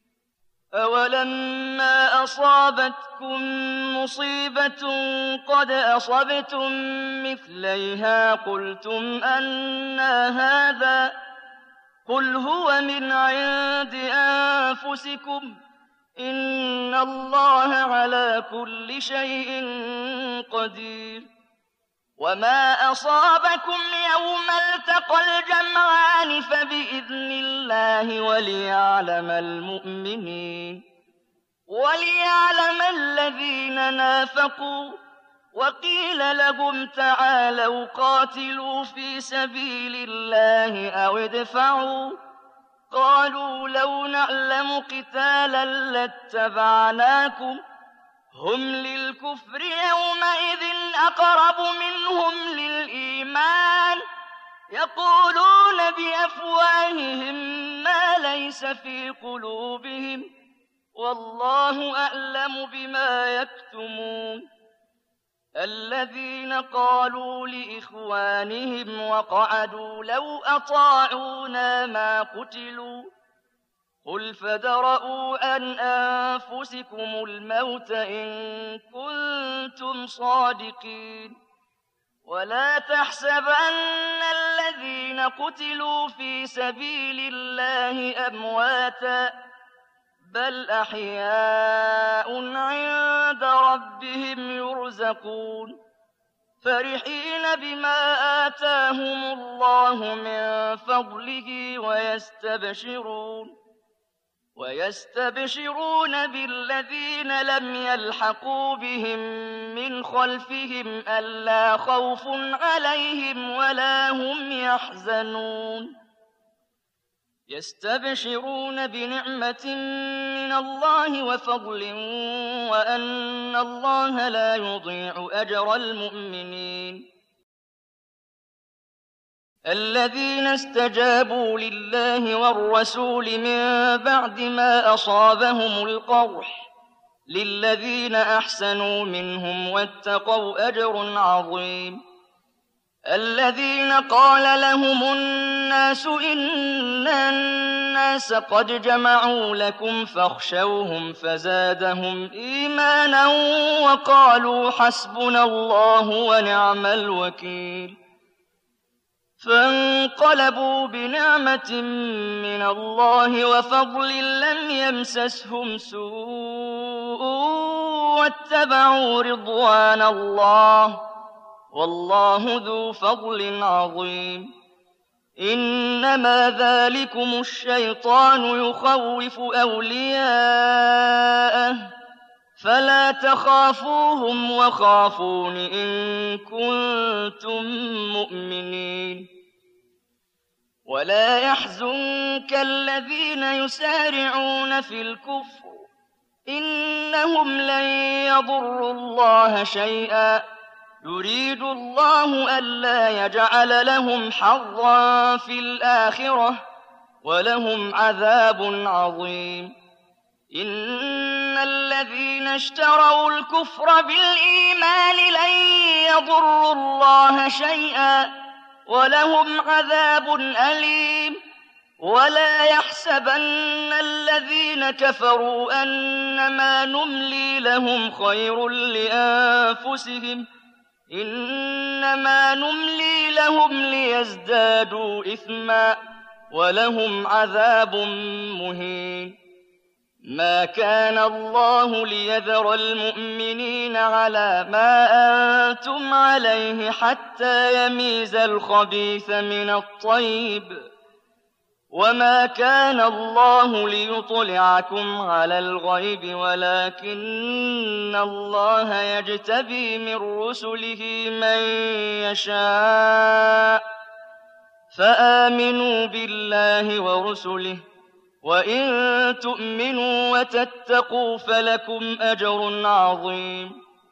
أولما أصابتكم مصيبة قد أصبتم مثليها قلتم أنى هذا قل هو من عند أنفسكم إن الله على كل شيء قدير وما أصابكم يوم التقى الجمعان فبإذن الله وليعلم المؤمنين وليعلم الذين نافقوا وقيل لهم تعالوا قاتلوا في سبيل الله أو ادفعوا قالوا لو نعلم قتالا لاتبعناكم هم للكفر يومئذ أقرب منهم للإيمان يقولون بأفواههم ما ليس في قلوبهم والله أعلم بما يكتمون الذين قالوا لإخوانهم وقعدوا لو أطاعونا ما قتلوا قل فادرءوا عن أنفسكم الموت إن كنتم صادقين ولا تحسبن الذين قتلوا في سبيل الله أمواتا بل أحياء عند ربهم يرزقون فرحين بما آتاهم الله من فضله ويستبشرون ويستبشرون بالذين لم يلحقوا بهم من خلفهم ألا خوف عليهم ولا هم يحزنون يستبشرون بنعمة من الله وفضل وأن الله لا يضيع أجر المؤمنين الذين استجابوا لله والرسول من بعد ما أصابهم القرح للذين أحسنوا منهم واتقوا أجر عظيم الذين قال لهم الناس إن الناس قد جمعوا لكم فاخشوهم فزادهم إيمانا وقالوا حسبنا الله ونعم الوكيل فانقلبوا بنعمة من الله وفضل لم يمسسهم سوء واتبعوا رضوان الله والله ذو فضل عظيم إنما ذلكم الشيطان يخوف أولياءه فلا تخافوهم وخافون إن كنتم مؤمنين ولا يحزنك الذين يسارعون في الكفر إنهم لن يضروا الله شيئا يريد الله ألا يجعل لهم حظا في الآخرة ولهم عذاب عظيم إن الذين اشتروا الكفر بالإيمان لن يضروا الله شيئا ولهم عذاب أليم ولا يحسبن الذين كفروا أنما نملي لهم خير لأنفسهم إنما نملي لهم ليزدادوا إثما ولهم عذاب مهين ما كان الله ليذر المؤمنين على ما أنتم عليه حتى يميز الخبيث من الطيب وما كان الله ليطلعكم على الغيب ولكن الله يجتبي من رسله من يشاء فآمنوا بالله ورسله وإن تؤمنوا وتتقوا فلكم أجر عظيم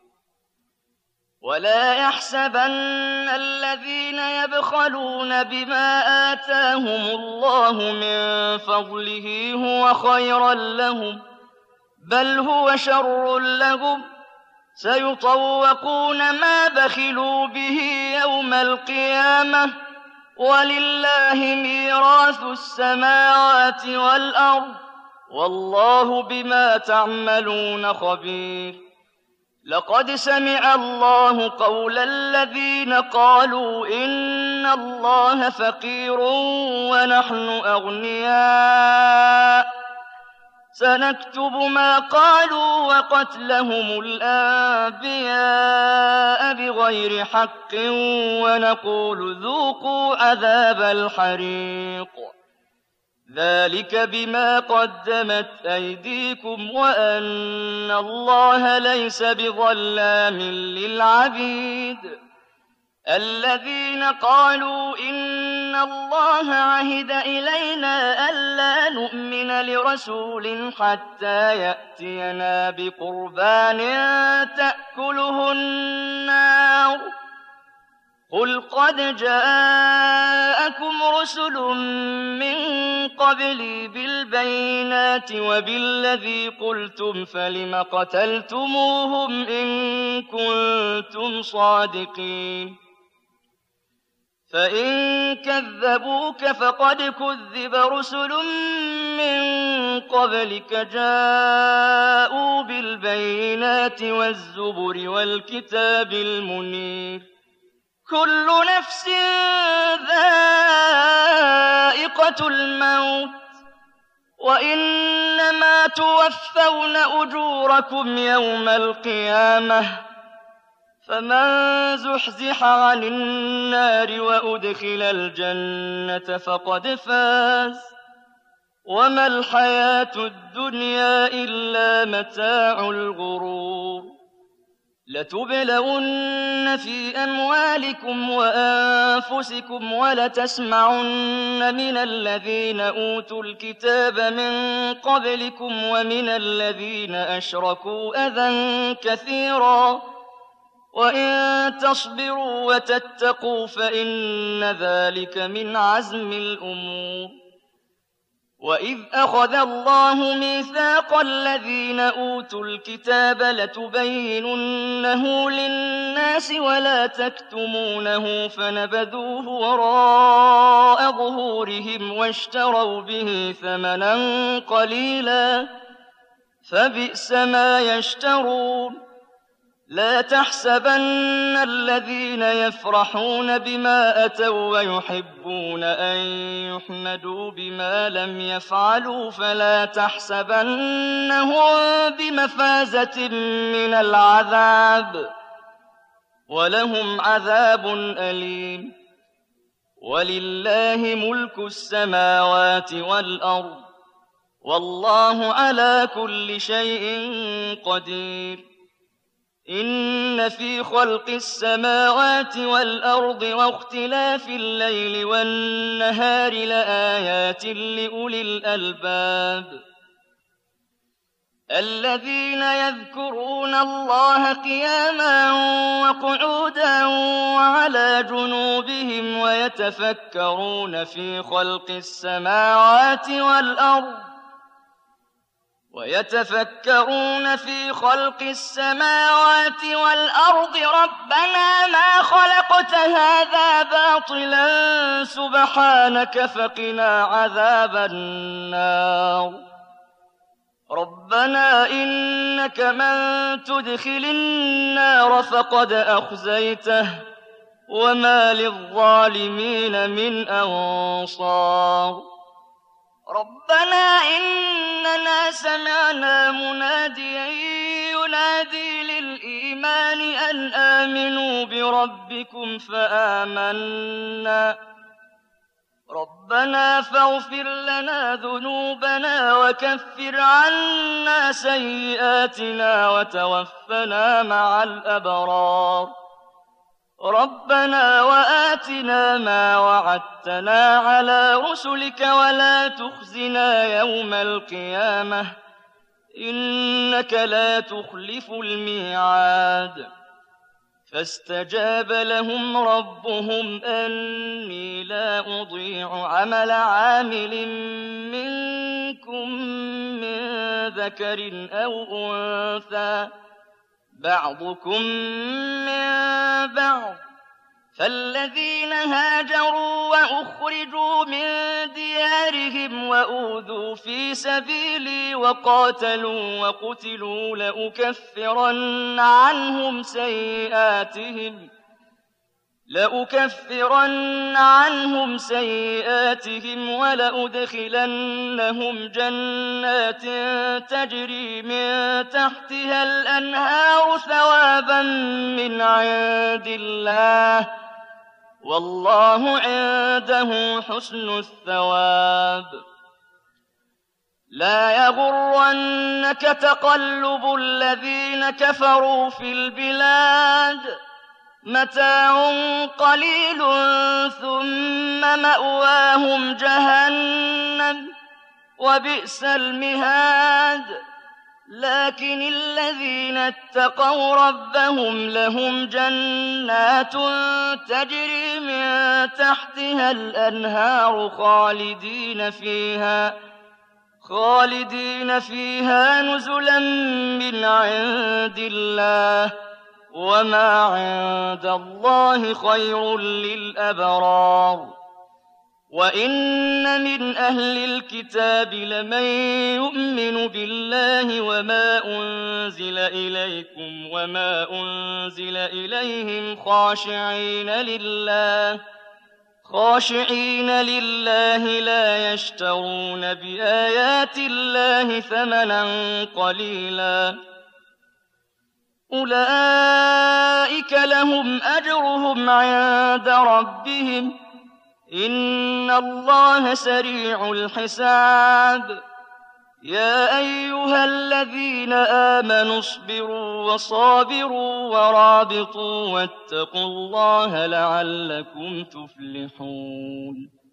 ولا يحسبن الذين يبخلون بما آتاهم الله من فضله هو خيرا لهم بل هو شر لهم سيطوقون ما بخلوا به يوم القيامة ولله ميراث السماوات والأرض والله بما تعملون خبير لقد سمع الله قول الذين قالوا إن الله فقير ونحن أغنياء سنكتب ما قالوا وقتلهم الأنبياء بغير حق ونقول ذوقوا عذاب الحريق ذلك بما قدمت أيديكم وأن الله ليس بظلام للعبيد الذين قالوا إن الله عهد إلينا ألا نؤمن لرسول حتى يأتينا بقربان تأكله النار قل قد جاءكم رسل من قبلي بالبينات وبالذي قلتم فلم قتلتموهم إن كنتم صادقين فإن كذبوك فقد كذب رسل من قبلك جاءوا بالبينات والزبر والكتاب المنير كل نفس ذائقة الموت وإنما توفون أجوركم يوم القيامة فمن زحزح عن النار وأدخل الجنة فقد فاز وما الحياة الدنيا إلا متاع الغرور لتبلون في أموالكم وأنفسكم ولتسمعن من الذين أوتوا الكتاب من قبلكم ومن الذين أشركوا أذى كثيرا وإن تصبروا وتتقوا فإن ذلك من عزم الأمور. وإذ أخذ الله ميثاق الذين أوتوا الكتاب لتبيننه للناس ولا تكتمونه فنبذوه وراء ظهورهم واشتروا به ثمنا قليلا فبئس ما يشترون. لا تحسبن الذين يفرحون بما أتوا ويحبون أن يحمدوا بما لم يفعلوا فلا تحسبنهم بمفازة من العذاب ولهم عذاب أليم. ولله ملك السماوات والأرض والله على كل شيء قدير. إن في خلق السماوات والأرض واختلاف الليل والنهار لآيات لأولي الألباب الذين يذكرون الله قياما وقعودا وعلى جنوبهم ويتفكرون في خلق السماوات والأرض ويتفكرون في خلق السماوات والأرض ربنا ما خلقت هذا باطلا سبحانك فقنا عذاب النار. ربنا إنك من تدخل النار فقد أخزيته وما للظالمين من أنصار. ربنا إننا سمعنا مناديا ينادي للإيمان أن آمنوا بربكم فآمنا. ربنا فاغفر لنا ذنوبنا وكفر عنا سيئاتنا وتوفنا مع الأبرار. ربنا وآتنا ما وعدتنا على رسلك ولا تخزنا يوم القيامة إنك لا تخلف الميعاد. فاستجاب لهم ربهم أني لا أضيع عمل عامل منكم من ذكر أو أنثى بعضكم من بعض. فالذين هاجروا وأخرجوا من ديارهم وأوذوا في سبيلي وقاتلوا وقتلوا لأكفرن عنهم سيئاتهم لأكفرن عنهم سيئاتهم ولأدخلنهم جنات تجري من تحتها الأنهار ثوابا من عند الله والله عنده حسن الثواب. لا يغرنك تقلب الذين كفروا في البلاد متاع قليل ثم مأواهم جهنم وبئس المهاد. لكن الذين اتقوا ربهم لهم جنات تجري من تحتها الأنهار خالدين فيها خالدين فيها نزلا من عند الله وما عند الله خير للأبرار. وإن من أهل الكتاب لمن يؤمن بالله وما أنزل إليكم وما أنزل إليهم خاشعين لله خاشعين لله لا يشترون بآيات الله ثمنا قليلا أولئك لهم أجرهم عند ربهم إن الله سريع الحساب. يا أيها الذين آمنوا اصبروا وصابروا ورابطوا واتقوا الله لعلكم تفلحون.